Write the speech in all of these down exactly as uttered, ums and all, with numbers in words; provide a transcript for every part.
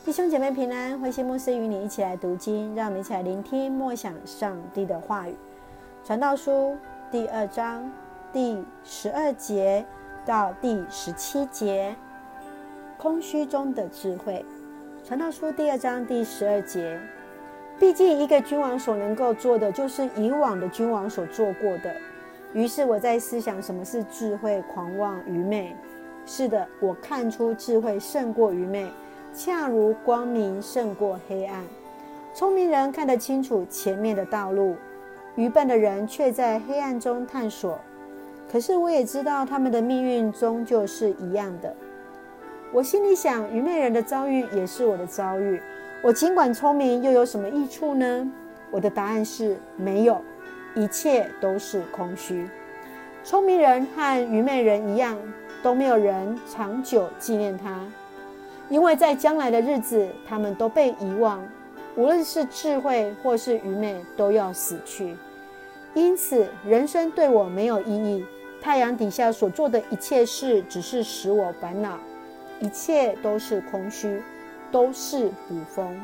弟兄姐妹平安，慧馨牧师与你一起来读经，让我们一起来聆听默想上帝的话语。传道书第二章第十二节到第十七节，空虚中的智慧。传道书第二章第十二节，毕竟一个君王所能够做的，就是以往的君王所做过的。于是我在思想什么是智慧、狂妄、愚昧。是的，我看出智慧胜过愚昧，恰如光明胜过黑暗。聪明人看得清楚前面的道路，愚笨的人却在黑暗中探索。可是我也知道他们的命运终究是一样的。我心里想，愚昧人的遭遇也是我的遭遇。我尽管聪明，又有什么益处呢？我的答案是没有，一切都是空虚。聪明人和愚昧人一样，都没有人长久纪念他，因为在将来的日子，他们都被遗忘。无论是智慧或是愚昧，都要死去。因此，人生对我没有意义。太阳底下所做的一切事，只是使我烦恼，一切都是空虚，都是捕风。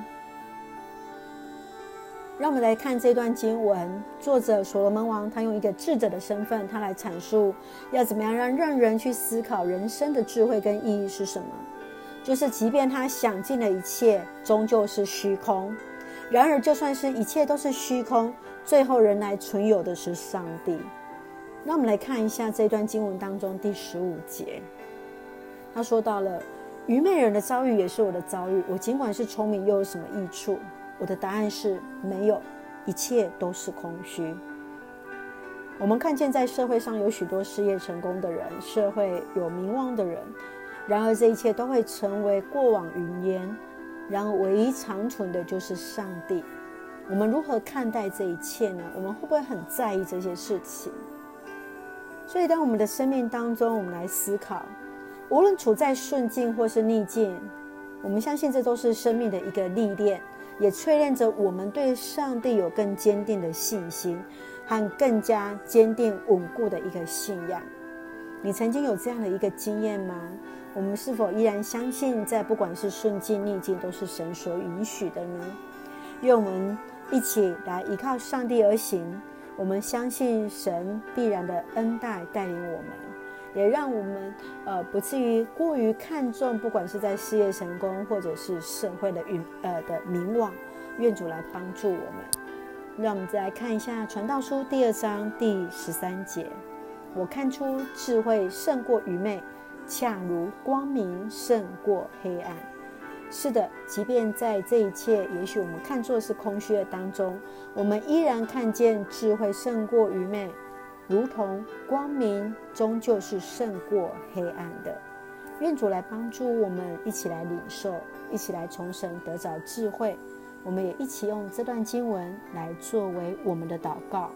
让我们来看这段经文，作者所罗门王他用一个智者的身份，他来阐述要怎么样让让人去思考人生的智慧跟意义是什么。就是即便他想尽了一切，终究是虚空。然而就算是一切都是虚空，最后仍来存有的是上帝。让我们来看一下这段经文当中第十五节，他说到了愚昧人的遭遇也是我的遭遇，我尽管是聪明，又有什么益处？我的答案是没有，一切都是空虚。我们看见在社会上有许多事业成功的人，社会有名望的人，然而这一切都会成为过往云烟，然而唯一长存的就是上帝。我们如何看待这一切呢？我们会不会很在意这些事情？所以当我们的生命当中，我们来思考，无论处在顺境或是逆境，我们相信这都是生命的一个历练，也淬炼着我们对上帝有更坚定的信心和更加坚定稳固的一个信仰。你曾经有这样的一个经验吗？我们是否依然相信在不管是顺境逆境都是神所允许的呢？愿我们一起来依靠上帝而行，我们相信神必然的恩待带领我们，也让我们呃不至于过于看重不管是在事业成功或者是社会的运呃的名望。愿主来帮助我们。让我们再来看一下传道书第二章第十三节，我看出智慧胜过愚昧，恰如光明胜过黑暗。是的，即便在这一切也许我们看作是空虚的当中，我们依然看见智慧胜过愚昧，如同光明终究是胜过黑暗的。愿主来帮助我们一起来领受，一起来从神得着智慧。我们也一起用这段经文来作为我们的祷告。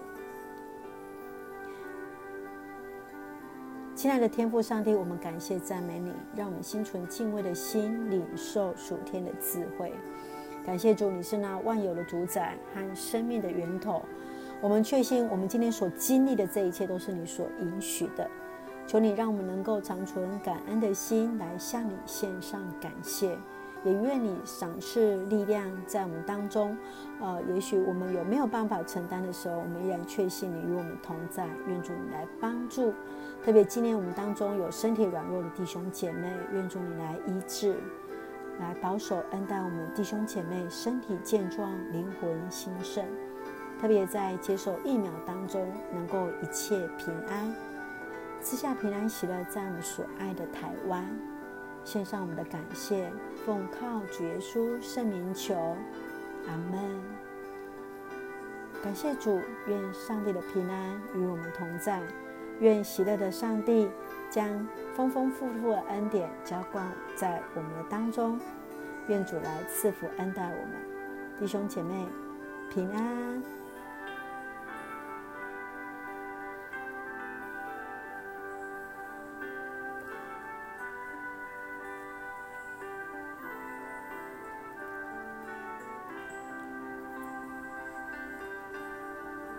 亲爱的天父上帝，我们感谢赞美你，让我们心存敬畏的心，领受属天的智慧。感谢主，你是那万有的主宰和生命的源头。我们确信我们今天所经历的这一切都是你所允许的。求你让我们能够长存感恩的心，来向你献上感谢。也愿你赏赐力量在我们当中，呃，也许我们有没有办法承担的时候，我们依然确信你与我们同在。愿主你来帮助，特别今天我们当中有身体软弱的弟兄姐妹，愿主你来医治，来保守恩待我们弟兄姐妹身体健壮，灵魂兴盛。特别在接受疫苗当中，能够一切平安，赐下平安喜乐在我们所爱的台湾。献上我们的感谢，奉靠主耶稣圣名求，阿们。感谢主，愿上帝的平安与我们同在，愿喜乐的上帝将丰丰富富的恩典浇灌在我们的当中，愿主来赐福恩待我们弟兄姐妹平安。